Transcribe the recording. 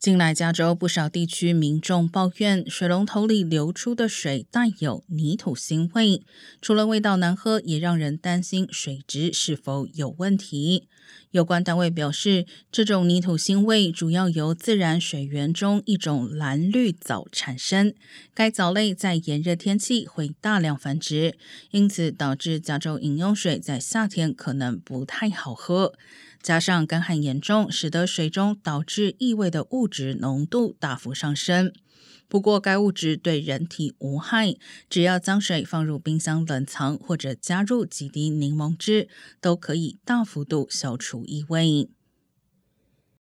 近来加州不少地区民众抱怨水龙头里流出的水带有泥土腥味，除了味道难喝，也让人担心水质是否有问题。有关单位表示，这种泥土腥味主要由自然水源中一种蓝绿藻产生，该藻类在炎热天气会大量繁殖，因此导致加州饮用水在夏天可能不太好喝。加上干旱严重，使得水中导致异味的物质浓度大幅上升。不过该物质对人体无害，只要将水放入冰箱冷藏或者加入几滴柠檬汁，都可以大幅度消除异味。